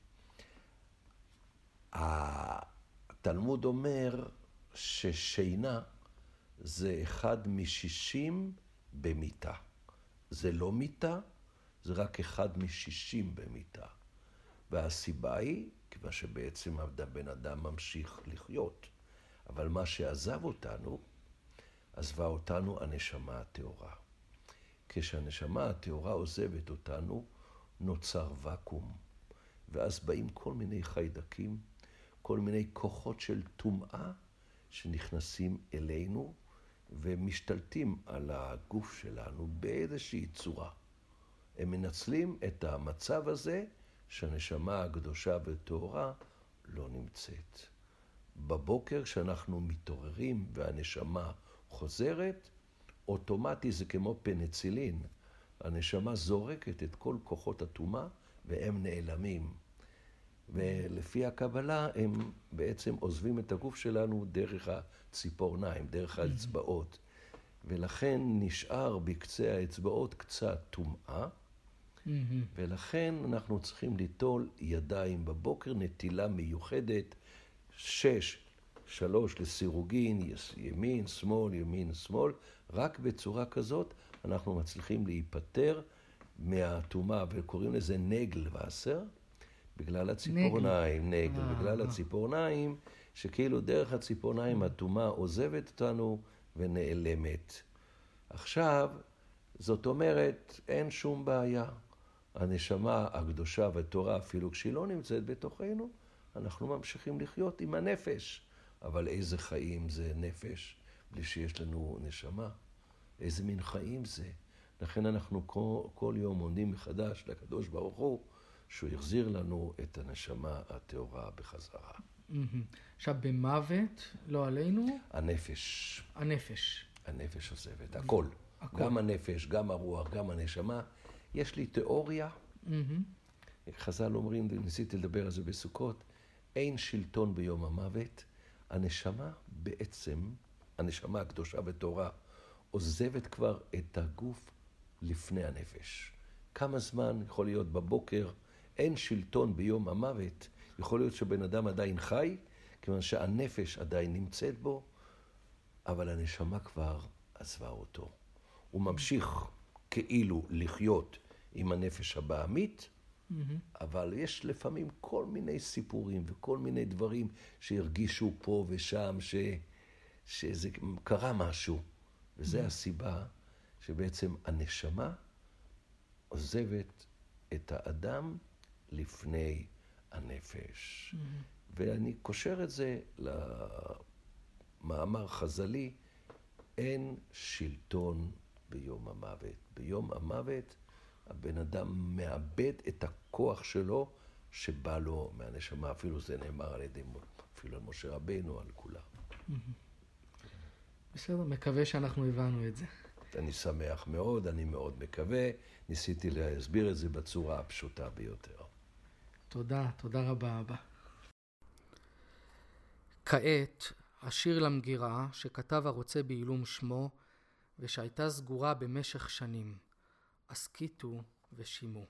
Speaker 5: התלמוד אומר ששינה זה אחד משישים במיטה. זה לא מיטה, זה רק אחד משישים במיטה. והסיבה היא, כיוון שבעצם הבן אדם ממשיך לחיות. אבל מה שעזב אותנו, עזבה אותנו הנשמה הטהורה. כשהנשמה הטהורה עוזבת אותנו, נוצר וקום. ואז באים כל מיני חיידקים, כל מיני כוחות של טומאה שנכנסים אלינו ומשתלטים על הגוף שלנו באיזושהי צורה. הם מנצלים את המצב הזה שהנשמה הקדושה והטהורה לא נמצאת. בבוקר כשאנחנו מתעוררים והנשמה חוזרת, אוטומטי זה כמו פניצילין. הנשמה זורקת את כל כוחות הטומאה והם נעלמים. ולפי הקבלה הם בעצם עוזבים את הגוף שלנו דרך הציפורניים, דרך האצבעות. ולכן נשאר בקצה האצבעות קצת טומאה, ולכן אנחנו צריכים ליטול ידיים בבוקר, נטילה מיוחדת, שש, שלוש לסירוגין, ימין, שמאל, ימין, שמאל, רק בצורה כזאת אנחנו מצליחים להיפטר מהטומאה, וקוראים לזה נגל וסר, בגלל הציפורניים, נגל, נגל בגלל הציפורניים, שכאילו דרך הציפורניים הטומאה עוזבת אותנו ונעלמת. עכשיו, זאת אומרת, אין שום בעיה. הנשמה הקדושה והתורה, אפילו כשהיא לא נמצאת בתוכנו, אנחנו ממשיכים לחיות עם הנפש. אבל איזה חיים זה נפש בלי שיש לנו נשמה? איזה מין חיים זה? לכן אנחנו כל, כל יום עומדים מחדש לקדוש ברוך הוא, שהוא יחזיר לנו את הנשמה הטהורה בחזרה.
Speaker 1: עכשיו, במוות, לא עלינו?
Speaker 5: הנפש.
Speaker 1: הנפש.
Speaker 5: הנפש עוזבת, הכל. הכל. גם הנפש, גם הרוח, גם הנשמה. יש לי תיאוריה. חז"ל אומרים, וניסיתי לדבר על זה בסוכות, אין שלטון ביום המוות. הנשמה בעצם, הנשמה הקדושה וטהורה, עוזבת כבר את הגוף לפני הנפש. כמה זמן יכול להיות בבוקר, אין שלטון ביום המוות, יכול להיות שבן אדם עדיין חי, כיוון שהנפש עדיין נמצאת בו, אבל הנשמה כבר עזבה אותו. הוא ממשיך כאילו לחיות עם הנפש הבעמית, mm-hmm. אבל יש לפעמים כל מיני סיפורים וכל מיני דברים שהרגישו פה ושם, ש... שזה קרה משהו. וזה mm-hmm. הסיבה שבעצם הנשמה עוזבת את האדם לפני הנפש. Mm-hmm. ואני קושר את זה למאמר חז"לי, אין שלטון ביום המוות. ביום המוות הבן אדם מאבד את הכוח שלו שבא לו מהנשמה. אפילו זה נאמר על ידי, אפילו על משה רבינו, על כולם. Mm-hmm.
Speaker 1: בסדר, מקווה שאנחנו הבנו את זה.
Speaker 5: אני שמח מאוד, אני מאוד מקווה. ניסיתי להסביר את זה בצורה הפשוטה ביותר.
Speaker 1: תודה, תודה רבה אבא. כעת, השיר למגירה שכתב הרוצה בעילום שמו ושהייתה סגורה במשך שנים. הסכיתו ושימו.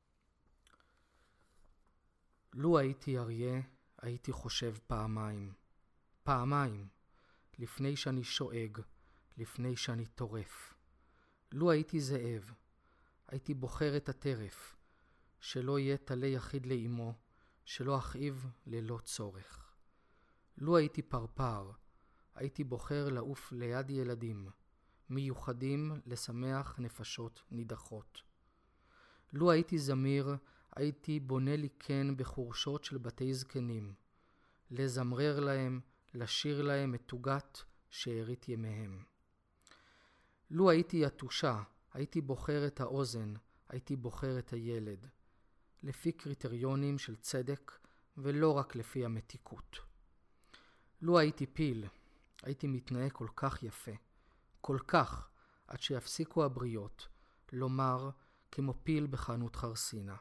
Speaker 1: לו הייתי אריה, הייתי חושב פעמיים. פעמיים. לפני שאני שואג, לפני שאני טורף. לו הייתי זאב, הייתי בוחר את הטרף, שלא יהיה תלה יחיד לאמו, שלא אכאיב ללא צורך. לו הייתי פרפר, הייתי בוחר לעוף ליד ילדים, מיוחדים לשמח נפשות נידחות. לו הייתי זמיר, הייתי בונה לי כן בחורשות של בתי זקנים, לזמרר להם, לשיר להם את תוגת שארית ימיהם. לו הייתי יתושה, הייתי בוחר את האוזן, הייתי בוחר את הילד, לפי קריטריונים של צדק ולא רק לפי המתיקות. לו הייתי פיל, הייתי מתנהג כל כך יפה, כל כך, עד שיפסיקו הבריות, לומר כמו פיל בחנות חרסינה.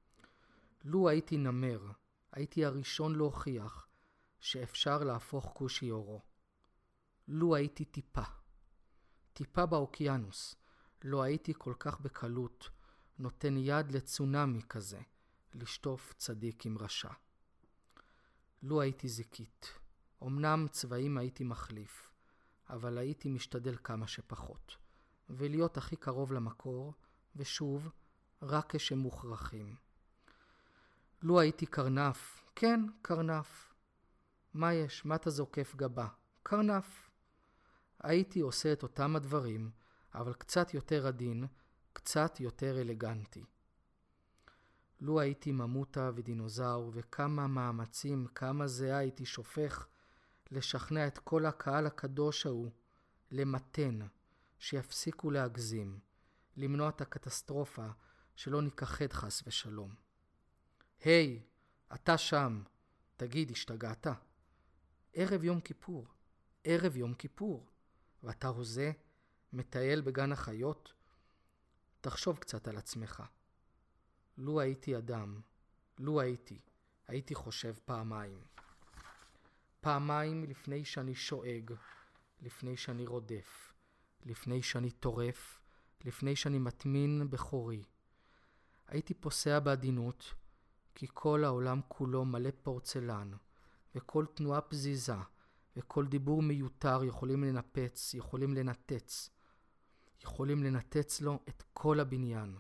Speaker 1: לו הייתי נמר, הייתי הראשון להוכיח שאפשר להפוך כושי אורו. לו הייתי טיפה, טיפה באוקיינוס, לא הייתי כל כך בקלות נותן יד לצונמי כזה, לשטוף צדיק עם רשע. לו הייתי זיקית, אמנם צבעים הייתי מחליף, אבל הייתי משתדל כמה שפחות, ולהיות הכי קרוב למקור, ושוב, רק כשמוכרחים. לו הייתי קרנף, כן, קרנף. מה יש? מה אתה זוקף גבה? קרנף. הייתי עושה את אותם הדברים, אבל קצת יותר עדין, קצת יותר אלגנטי. לו הייתי ממוטה ודינוזאור, וכמה מאמצים, כמה זהה הייתי שופך, לשכנע את כל הקהל הקדוש ההוא, למתן, שיפסיקו להגזים, למנוע את הקטסטרופה, שלא ניכחד חס ושלום. היי, hey, אתה שם, תגיד, השתגעת? ערב יום כיפור, ערב יום כיפור, ואתה הוזה, מטייל בגן החיות? תחשוב קצת על עצמך. לו הייתי אדם, לו הייתי, הייתי חושב פעמיים. פעמיים לפני שאני שואג, לפני שאני רודף, לפני שאני טורף, לפני שאני מטמין בחורי. הייתי פוסע בעדינות, כי כל העולם כולו מלא פורצלן, וכל תנועה פזיזה, וכל דיבור מיותר יכולים לנפץ, יכולים לנתץ, יכולים לנתץ לו את כל הבניין.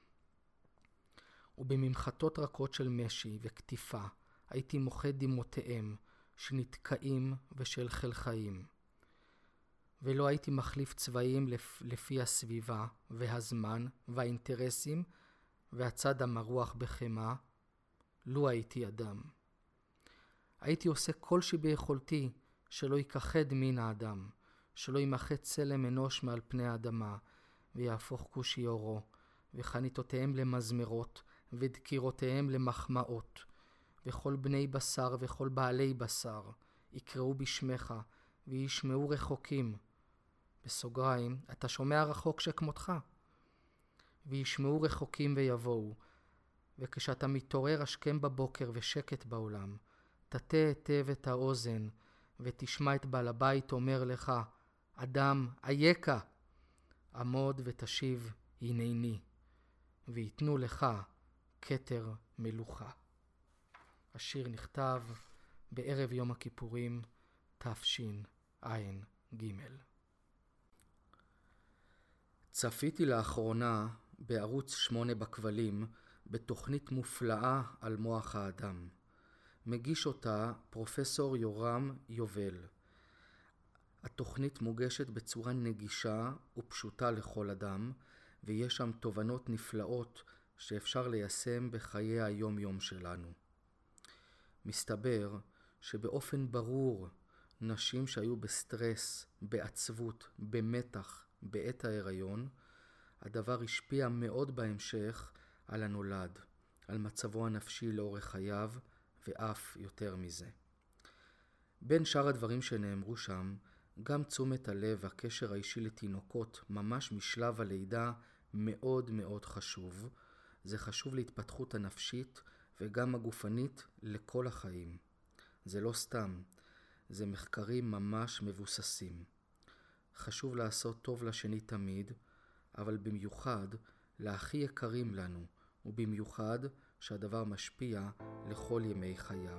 Speaker 1: ובממחטות רכות של משי וכתיפה, הייתי מוחד דמעותיהם, שנתקעים ושל חלחיים. ולא הייתי מחליף צבעים לפ... לפי הסביבה והזמן והאינטרסים והצד המרוח בחמה, לו הייתי אדם. הייתי עושה כל שביכולתי שלא יכחד מן האדם, שלא ימחה צלם אנוש מעל פני האדמה, ויהפוך כושי אורו, וחניתותיהם למזמרות, ודקירותיהם למחמאות, וכל בני בשר וכל בעלי בשר יקראו בשמך, וישמעו רחוקים. בסוגריים, אתה שומע רחוק שכמותך. וישמעו רחוקים ויבואו, וכשאתה מתעורר השכם בבוקר ושקט בעולם, תטה היטב את האוזן, ותשמע את בעל הבית אומר לך, אדם, אייכה, עמוד ותשיב, הנני, ויתנו לך כתר מלוכה. השיר נכתב בערב יום הכיפורים תשע"ג. צפיתי לאחרונה בערוץ שמונה בכבלים בתוכנית מופלאה על מוח האדם. מגיש אותה פרופסור יורם יובל. התוכנית מוגשת בצורה נגישה ופשוטה לכל אדם, ויש שם תובנות נפלאות שאפשר ליישם בחיי היום יום שלנו. מסתבר שבאופן ברור נשים שהיו בסטרס, בעצבות, במתח, בעת ההיריון, הדבר השפיע מאוד בהמשך על הנולד, על מצבו הנפשי לאורך חייו, ואף יותר מזה. בין שאר הדברים שנאמרו שם, גם תשומת הלב והקשר האישי לתינוקות, ממש משלב הלידה, מאוד מאוד חשוב. זה חשוב להתפתחות הנפשית וגם הגופנית לכל החיים. זה לא סתם, זה מחקרים ממש מבוססים. חשוב לעשות טוב לשני תמיד, אבל במיוחד להכי יקרים לנו, ובמיוחד שהדבר משפיע לכל ימי חייו.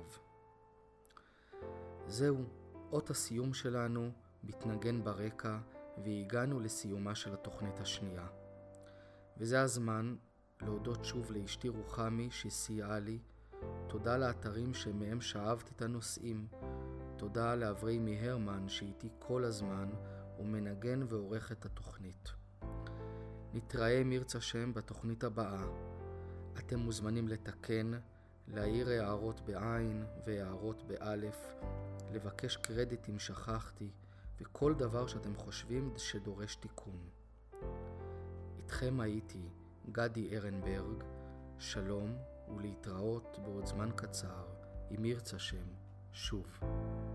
Speaker 1: זהו, אות הסיום שלנו מתנגן ברקע, והגענו לסיומה של התוכנית השנייה. וזה הזמן להודות שוב לאשתי רוחמי שסייעה לי, תודה לאתרים שמהם שאהבת את הנושאים, תודה לאברי מהרמן שאיתי כל הזמן ומנגן ועורך את התוכנית. נתראה מרצה שם בתוכנית הבאה. אתם מוזמנים לתקן, להעיר הערות בעין והערות באלף, לבקש קרדיט אם שכחתי, וכל דבר שאתם חושבים שדורש תיקון. איתכם הייתי גדי ארנברג, שלום ולהתראות בעוד זמן קצר, אם ירצה השם, שוב.